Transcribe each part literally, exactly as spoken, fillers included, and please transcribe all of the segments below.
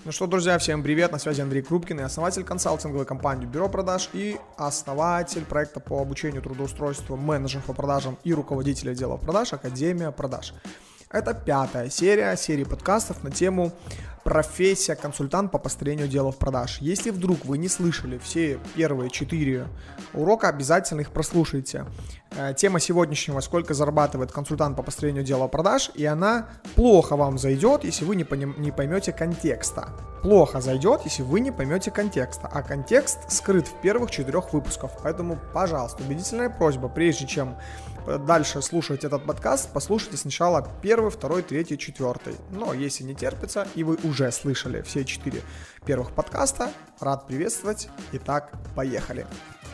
Ну что, друзья, всем привет, на связи Андрей Крупкин, я основатель консалтинговой компании Бюро продаж и основатель проекта по обучению трудоустройству менеджеров по продажам и руководителей отделов продаж Академия продаж. Это пятая серия серии подкастов на тему «Профессия консультант по построению делов продаж». Если вдруг вы не слышали все первые четыре урока, обязательно их прослушайте. Тема сегодняшнего «Сколько зарабатывает консультант по построению дела продаж?» и она плохо вам зайдет, если вы не, поним, не поймете контекста. Плохо зайдет, если вы не поймете контекста, а контекст скрыт в первых четырех выпусках. Поэтому, пожалуйста, убедительная просьба, прежде чем дальше слушать этот подкаст, послушайте сначала первый, второй, третий, четвертый. Но если не терпится и вы уже слышали все четыре первых подкаста, рад приветствовать. Итак, поехали.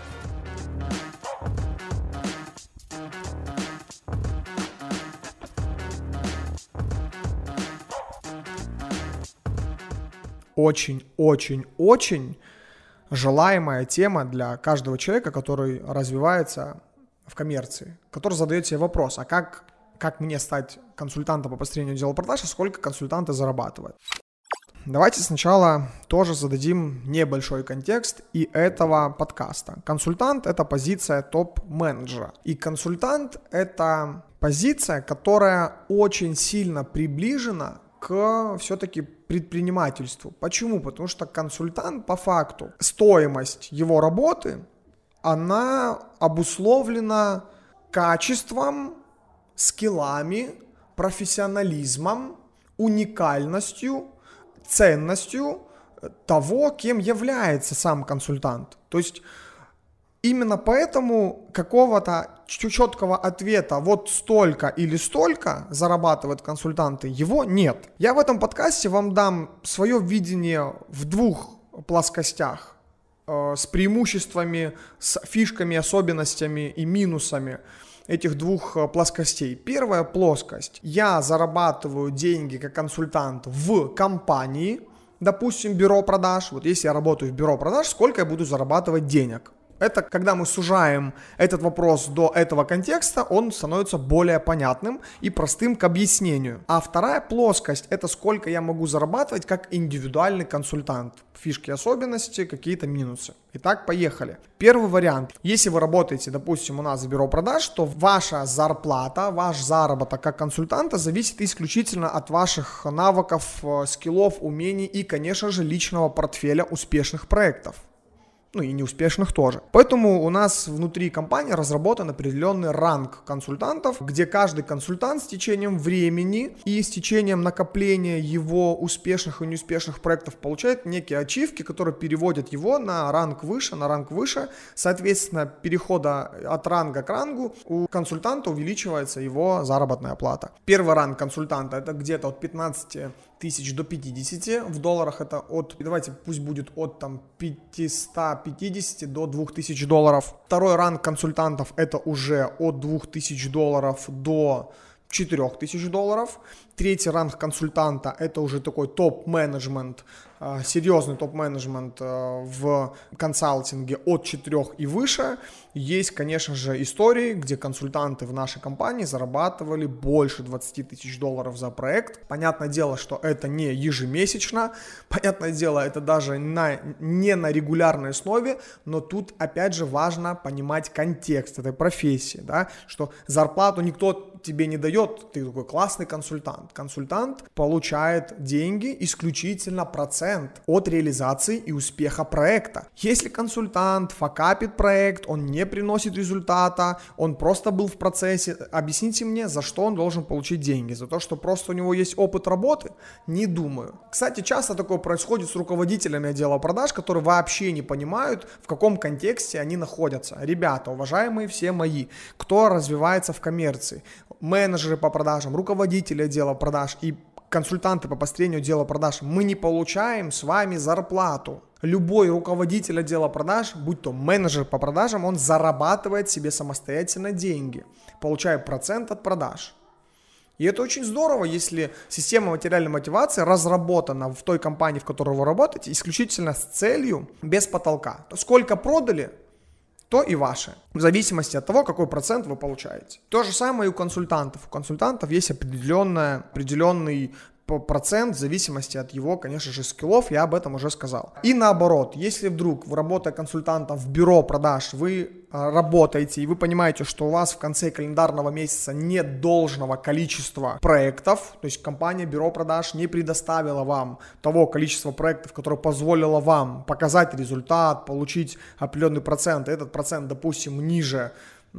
Очень-очень-очень желаемая тема для каждого человека, который развивается в коммерции, который задает себе вопрос, а как, как мне стать консультантом по построению дела продаж, и сколько консультанты зарабатывают? Давайте сначала тоже зададим небольшой контекст и этого подкаста. Консультант – это позиция топ-менеджера. И консультант – это позиция, которая очень сильно приближена к все-таки предпринимательству. Почему? Потому что консультант по факту, стоимость его работы, она обусловлена качеством, скиллами, профессионализмом, уникальностью, ценностью того, кем является сам консультант. То есть именно поэтому какого-то четкого ответа вот столько или столько зарабатывают консультанты, его нет. Я в этом подкасте вам дам свое видение в двух плоскостях, э, с преимуществами, с фишками, особенностями и минусами этих двух плоскостей. Первая плоскость. Я зарабатываю деньги как консультант в компании, допустим, бюро продаж. Вот если я работаю в бюро продаж, сколько я буду зарабатывать денег? Это когда мы сужаем этот вопрос до этого контекста, он становится более понятным и простым к объяснению. А вторая плоскость – это сколько я могу зарабатывать как индивидуальный консультант. Фишки, особенности, какие-то минусы. Итак, поехали. Первый вариант. Если вы работаете, допустим, у нас в бюро продаж, то ваша зарплата, ваш заработок как консультанта зависит исключительно от ваших навыков, скиллов, умений и, конечно же, личного портфеля успешных проектов. Ну и неуспешных тоже. Поэтому у нас внутри компании разработан определенный ранг консультантов, где каждый консультант с течением времени и с течением накопления его успешных и неуспешных проектов получает некие ачивки, которые переводят его на ранг выше, на ранг выше. Соответственно, перехода от ранга к рангу у консультанта увеличивается его заработная плата. Первый ранг консультанта это где-то от пятнадцати тысяч до пятидесяти, в долларах это от, давайте пусть будет от там пятисот пятидесяти до двух тысяч долларов. Второй ранг консультантов это уже от двух тысяч долларов до четырёх тысяч долларов. Третий ранг консультанта это уже такой топ-менеджмент, серьезный топ-менеджмент в консалтинге от четырёх и выше. Есть, конечно же, истории, где консультанты в нашей компании зарабатывали больше двадцати тысяч долларов за проект. Понятное дело, что это не ежемесячно, понятное дело, это даже на, не на регулярной основе, но тут опять же важно понимать контекст этой профессии, да, что зарплату никто тебе не дает, ты такой классный консультант. Консультант получает деньги исключительно процент от реализации и успеха проекта. Если консультант факапит проект, он не приносит результата, он просто был в процессе, объясните мне, за что он должен получить деньги? За то, что просто у него есть опыт работы? Не думаю. Кстати, часто такое происходит с руководителями отдела продаж, которые вообще не понимают, в каком контексте они находятся. Ребята, уважаемые все мои, кто развивается в коммерции, менеджеры по продажам, руководители отдела продаж и консультанты по построению дела продаж, мы не получаем с вами зарплату. Любой руководитель отдела продаж, будь то менеджер по продажам, он зарабатывает себе самостоятельно деньги, получая процент от продаж. И это очень здорово, если система материальной мотивации разработана в той компании, в которой вы работаете, исключительно с целью без потолка. То сколько продали, то и ваше, в зависимости от того, какой процент вы получаете. То же самое и у консультантов. У консультантов есть определенная, определенный процент в зависимости от его, конечно же, скиллов, я об этом уже сказал. И наоборот, если вдруг, работая консультантом в бюро продаж, вы работаете и вы понимаете, что у вас в конце календарного месяца нет должного количества проектов, то есть компания бюро продаж не предоставила вам того количества проектов, которое позволило вам показать результат, получить определенный процент, и этот процент, допустим, ниже,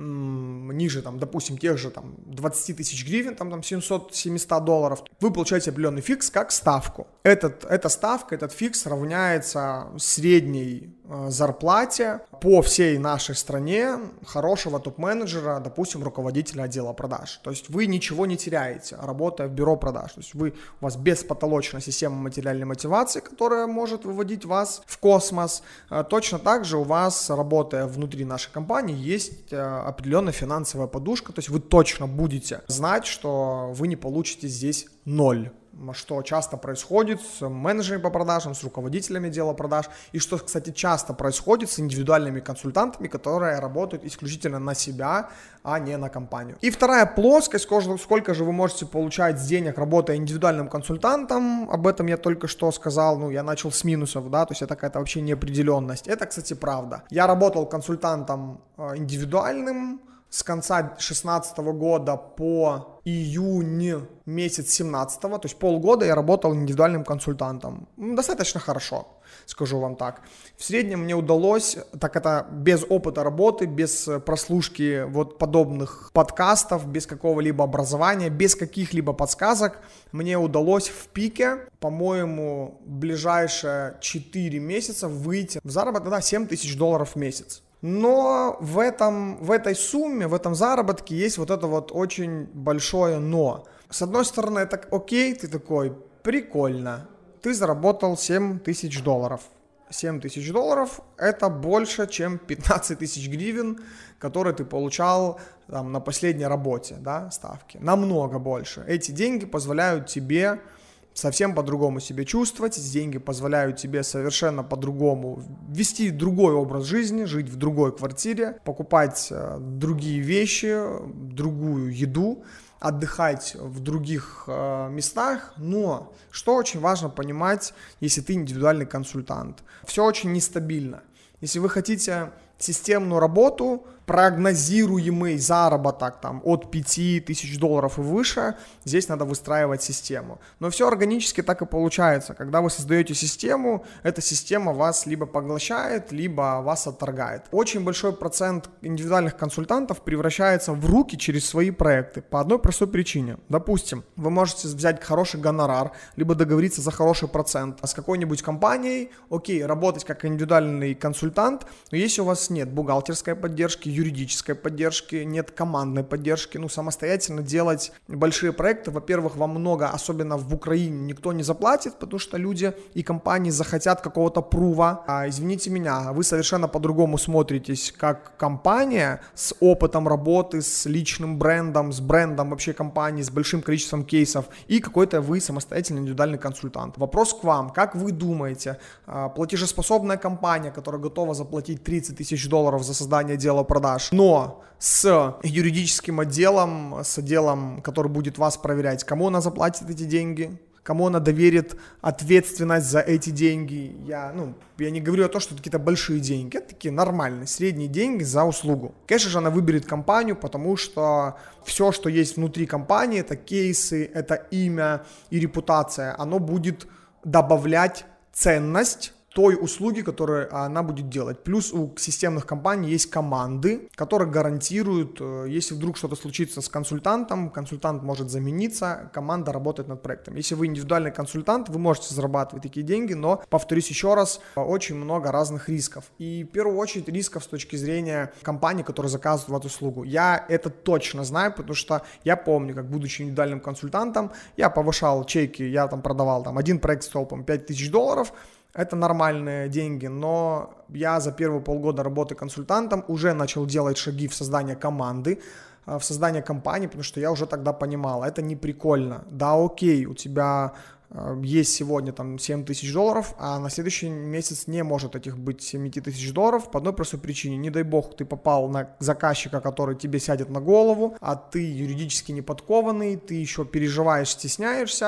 ниже, там, допустим, тех же там, двадцать тысяч гривен, там, там семьсот-семьсот долларов, вы получаете определенный фикс как ставку. Этот, эта ставка, этот фикс равняется средней э, зарплате по всей нашей стране хорошего топ-менеджера, допустим, руководителя отдела продаж. То есть вы ничего не теряете, работая в бюро продаж. То есть вы, у вас беспотолочная система материальной мотивации, которая может выводить вас в космос. Э, точно так же у вас, работая внутри нашей компании, есть э, определенная финансовая подушка, то есть вы точно будете знать, что вы не получите здесь ноль, что часто происходит с менеджерами по продажам, с руководителями отдела продаж, и что, кстати, часто происходит с индивидуальными консультантами, которые работают исключительно на себя, а не на компанию. И вторая плоскость, сколько же вы можете получать с денег, работая индивидуальным консультантом, об этом я только что сказал, ну, я начал с минусов, да, то есть это какая-то вообще неопределенность. Это, кстати, правда. Я работал консультантом индивидуальным с конца две тысячи шестнадцатого года по июнь месяц семнадцатого, то есть полгода я работал индивидуальным консультантом. Достаточно хорошо, скажу вам так. В среднем мне удалось, так это без опыта работы, без прослушки вот подобных подкастов, без какого-либо образования, без каких-либо подсказок, мне удалось в пике, по-моему, в ближайшие четыре месяца выйти в заработок, да, семь тысяч долларов в месяц. Но в, этом, в этой сумме, в этом заработке есть вот это вот очень большое но. С одной стороны, это окей, ты такой, прикольно, ты заработал семь тысяч долларов. семь тысяч долларов это больше, чем пятнадцать тысяч гривен, которые ты получал там, на последней работе, да, ставки. Намного больше. Эти деньги позволяют тебе совсем по-другому себя чувствовать, эти деньги позволяют тебе совершенно по-другому вести другой образ жизни, жить в другой квартире, покупать э, другие вещи, другую еду, отдыхать в других э, местах. Но что очень важно понимать, если ты индивидуальный консультант, все очень нестабильно. Если вы хотите системную работу, прогнозируемый заработок там, от пяти тысяч долларов и выше, здесь надо выстраивать систему. Но все органически так и получается. Когда вы создаете систему, эта система вас либо поглощает, либо вас отторгает. Очень большой процент индивидуальных консультантов превращается в руки через свои проекты по одной простой причине. Допустим, вы можете взять хороший гонорар, либо договориться за хороший процент с какой-нибудь компанией, окей, работать как индивидуальный консультант, но если у вас нет бухгалтерской поддержки, юридической поддержки, нет командной поддержки, ну, самостоятельно делать большие проекты, во-первых, вам много, особенно в Украине, никто не заплатит, потому что люди и компании захотят какого-то прува. А, извините меня, вы совершенно по-другому смотритесь как компания с опытом работы, с личным брендом, с брендом вообще компании, с большим количеством кейсов и какой-то вы самостоятельный индивидуальный консультант. Вопрос к вам, как вы думаете, платежеспособная компания, которая готова заплатить тридцать тысяч долларов за создание отдела продаж, но с юридическим отделом, с отделом, который будет вас проверять, кому она заплатит эти деньги, кому она доверит ответственность за эти деньги. Я, ну, я не говорю о том, что это какие-то большие деньги, это такие нормальные, средние деньги за услугу. Конечно же, она выберет компанию, потому что все, что есть внутри компании, это кейсы, это имя и репутация, оно будет добавлять ценность той услуги, которую она будет делать. Плюс у системных компаний есть команды, которые гарантируют, если вдруг что-то случится с консультантом, консультант может замениться, команда работает над проектом. Если вы индивидуальный консультант, вы можете зарабатывать такие деньги, но, повторюсь еще раз, очень много разных рисков. И в первую очередь рисков с точки зрения компании, которые заказывают эту услугу. Я это точно знаю, потому что я помню, как будучи индивидуальным консультантом, я повышал чеки, я там продавал там один проект с толпом пять тысяч долларов. Это нормальные деньги, но я за первые полгода работы консультантом уже начал делать шаги в создание команды, в создание компании, потому что я уже тогда понимал, это не прикольно. Да, окей, у тебя есть сегодня там семь тысяч долларов, а на следующий месяц не может этих быть семь тысяч долларов по одной простой причине. Не дай бог, ты попал на заказчика, который тебе сядет на голову, а ты юридически не подкованный, ты еще переживаешь, стесняешься,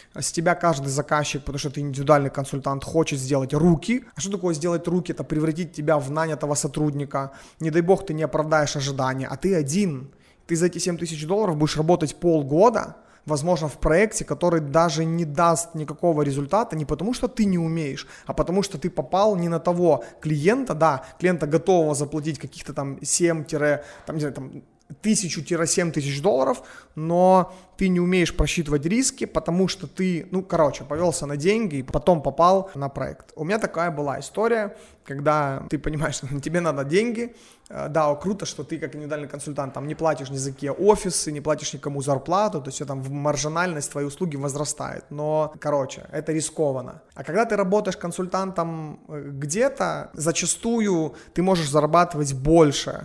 с тебя каждый заказчик, потому что ты индивидуальный консультант, хочет сделать руки. А что такое сделать руки? Это превратить тебя в нанятого сотрудника. Не дай бог ты не оправдаешь ожидания, а ты один. Ты за эти семь тысяч долларов будешь работать полгода, возможно, в проекте, который даже не даст никакого результата, не потому что ты не умеешь, а потому что ты попал не на того клиента, да, клиента готового заплатить каких-то там семь, там, не знаю, там, тысячу-семь тысяч долларов, но ты не умеешь просчитывать риски, потому что ты, ну, короче, повелся на деньги и потом попал на проект. У меня такая была история, когда ты понимаешь, что тебе надо деньги, да, круто, что ты как индивидуальный консультант там не платишь ни за какие офисы, не платишь никому зарплату, то есть там маржинальность твоей услуги возрастает, но, короче, это рискованно. А когда ты работаешь консультантом где-то, зачастую ты можешь зарабатывать больше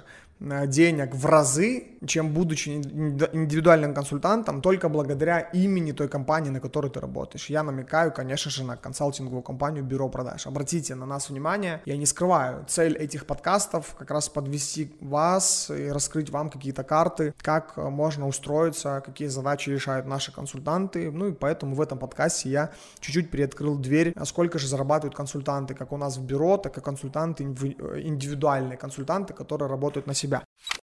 денег в разы, чем будучи индивидуальным консультантом, только благодаря имени той компании, на которой ты работаешь. Я намекаю, конечно же, на консалтинговую компанию Бюро продаж. Обратите на нас внимание, я не скрываю. Цель этих подкастов как раз подвести вас и раскрыть вам какие-то карты, как можно устроиться, какие задачи решают наши консультанты. Ну и поэтому в этом подкасте я чуть-чуть приоткрыл дверь, а сколько же зарабатывают консультанты, как у нас в бюро, так и консультанты, индивидуальные консультанты, которые работают на себя.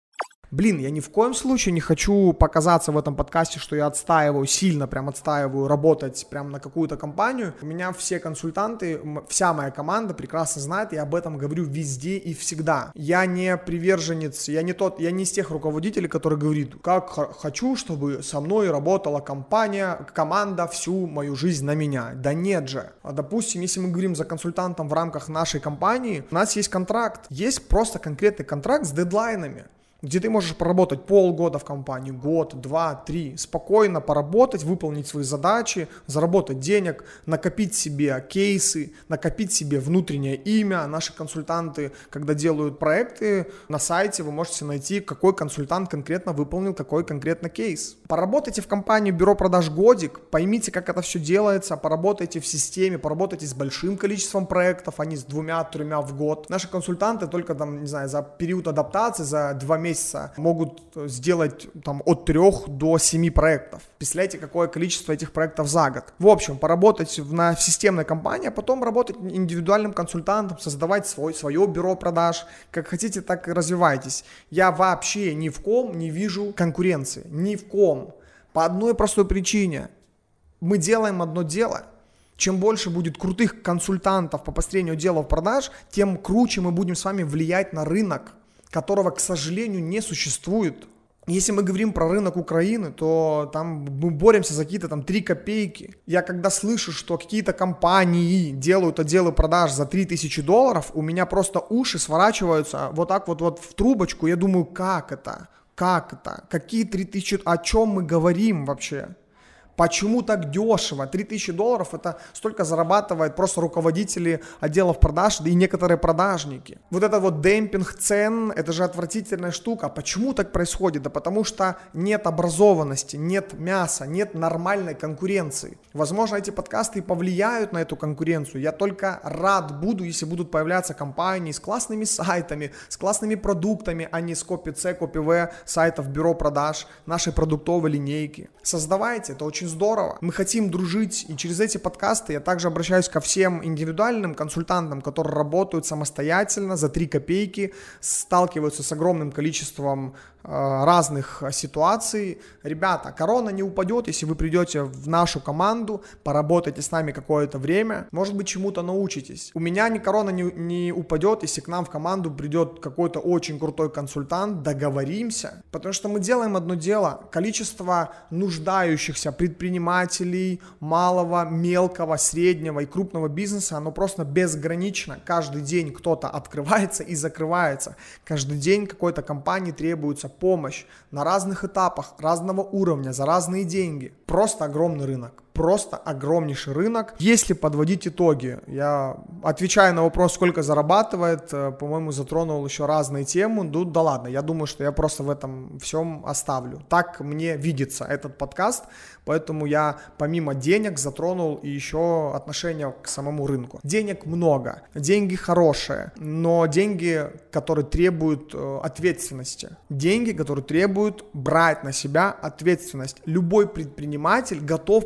Блин, я ни в коем случае не хочу показаться в этом подкасте, что я отстаиваю, сильно прям отстаиваю работать прям на какую-то компанию. У меня все консультанты, вся моя команда прекрасно знает, я об этом говорю везде и всегда. Я не приверженец, я не тот, я не из тех руководителей, которые говорят, как хочу, чтобы со мной работала компания, команда всю мою жизнь на меня. Да нет же. Допустим, если мы говорим за консультантом в рамках нашей компании, у нас есть контракт, есть просто конкретный контракт с дедлайнами, где ты можешь проработать полгода в компании, год, два, три, спокойно поработать, выполнить свои задачи, заработать денег, накопить себе кейсы, накопить себе внутреннее имя. Наши консультанты, когда делают проекты, на сайте вы можете найти, какой консультант конкретно выполнил какой конкретно кейс. Поработайте в компании Бюро продаж годик, поймите, как это все делается, поработайте в системе, поработайте с большим количеством проектов, а не с двумя-тремя в год. Наши консультанты только там, не знаю, за период адаптации, за два месяца месяца могут сделать там от трех до семи проектов. Представляете, какое количество этих проектов за год. В общем, поработать в, на, в системной компании, а потом работать индивидуальным консультантом, создавать свой, свое бюро продаж. Как хотите, так и развивайтесь. Я вообще ни в ком не вижу конкуренции. Ни в ком. По одной простой причине. Мы делаем одно дело. Чем больше будет крутых консультантов по построению дела в продаж, тем круче мы будем с вами влиять на рынок, которого, к сожалению, не существует. Если мы говорим про рынок Украины, то там мы боремся за какие-то там три копейки. Я когда слышу, что какие-то компании делают отделы продаж за три тысячи долларов, у меня просто уши сворачиваются вот так вот, вот в трубочку. Я думаю, как это? Как это? Какие три тысячи? О чем мы говорим вообще? Почему так дешево? три тысячи долларов это столько зарабатывают просто руководители отделов продаж и некоторые продажники. Вот это вот демпинг цен, это же отвратительная штука. Почему так происходит? Да потому что нет образованности, нет мяса, нет нормальной конкуренции. Возможно, эти подкасты и повлияют на эту конкуренцию. Я только рад буду, если будут появляться компании с классными сайтами, с классными продуктами, а не с копи-С, копи-В сайтов бюро продаж, нашей продуктовой линейки. Создавайте, это очень здорово. Мы хотим дружить, и через эти подкасты я также обращаюсь ко всем индивидуальным консультантам, которые работают самостоятельно за три копейки, сталкиваются с огромным количеством э, разных ситуаций. Ребята, корона не упадет, если вы придете в нашу команду, поработаете с нами какое-то время, может быть, чему-то научитесь. У меня ни корона не, не упадет, если к нам в команду придет какой-то очень крутой консультант, договоримся, потому что мы делаем одно дело. Количество нуждающихся предпринимателей, предпринимателей малого, мелкого, среднего и крупного бизнеса, оно просто безгранично. Каждый день кто-то открывается и закрывается. Каждый день какой-то компании требуется помощь на разных этапах, разного уровня, за разные деньги. Просто огромный рынок. Просто огромнейший рынок. Если подводить итоги, я отвечаю на вопрос, сколько зарабатывает, по-моему, затронул еще разные темы. Ну, да ладно, я думаю, что я просто в этом всем оставлю. Так мне видится этот подкаст, поэтому я помимо денег затронул и еще отношение к самому рынку. Денег много, деньги хорошие, но деньги, которые требуют ответственности. Деньги, которые требуют брать на себя ответственность. Любой предприниматель готов платить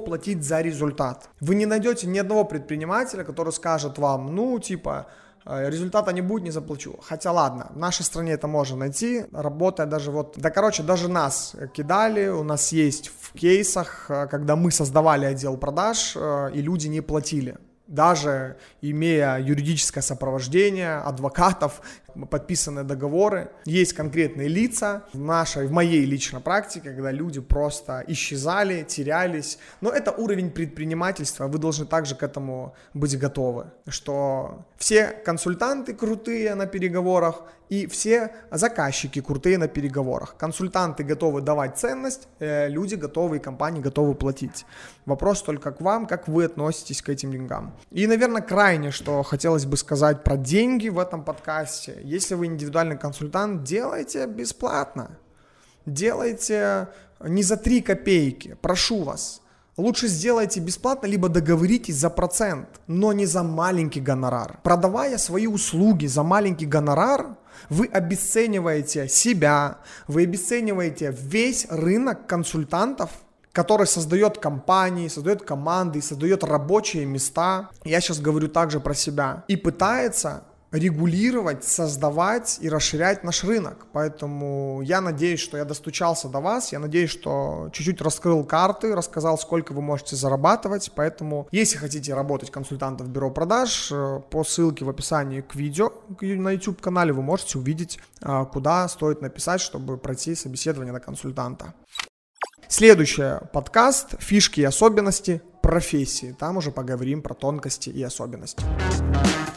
платить за результат. Вы не найдете ни одного предпринимателя, который скажет вам, ну, типа, результата не будет, не заплачу. Хотя ладно, в нашей стране это можно найти, работая даже вот, да короче, даже нас кидали, у нас есть в кейсах, когда мы создавали отдел продаж, и люди не платили. Даже имея юридическое сопровождение, адвокатов, подписанные договоры, есть конкретные лица в нашей, в моей личной практике, когда люди просто исчезали, терялись. Но это уровень предпринимательства, вы должны также к этому быть готовы, что все консультанты крутые на переговорах и все заказчики крутые на переговорах. Консультанты готовы давать ценность, люди готовы и компании готовы платить. Вопрос только к вам, как вы относитесь к этим деньгам. И, наверное, крайне, что хотелось бы сказать про деньги в этом подкасте. Если вы индивидуальный консультант, делайте бесплатно. Делайте не за три копейки, прошу вас. Лучше сделайте бесплатно, либо договоритесь за процент, но не за маленький гонорар. Продавая свои услуги за маленький гонорар, вы обесцениваете себя, вы обесцениваете весь рынок консультантов, который создает компании, создает команды, создает рабочие места. Я сейчас говорю также про себя. И пытается регулировать, создавать и расширять наш рынок. Поэтому я надеюсь, что я достучался до вас. Я надеюсь, что чуть-чуть раскрыл карты, рассказал, сколько вы можете зарабатывать. Поэтому, если хотите работать консультантом в бюро продаж, по ссылке в описании к видео на YouTube-канале вы можете увидеть, куда стоит написать, чтобы пройти собеседование на консультанта. Следующий подкаст «Фишки и особенности профессии». Там уже поговорим про тонкости и особенности.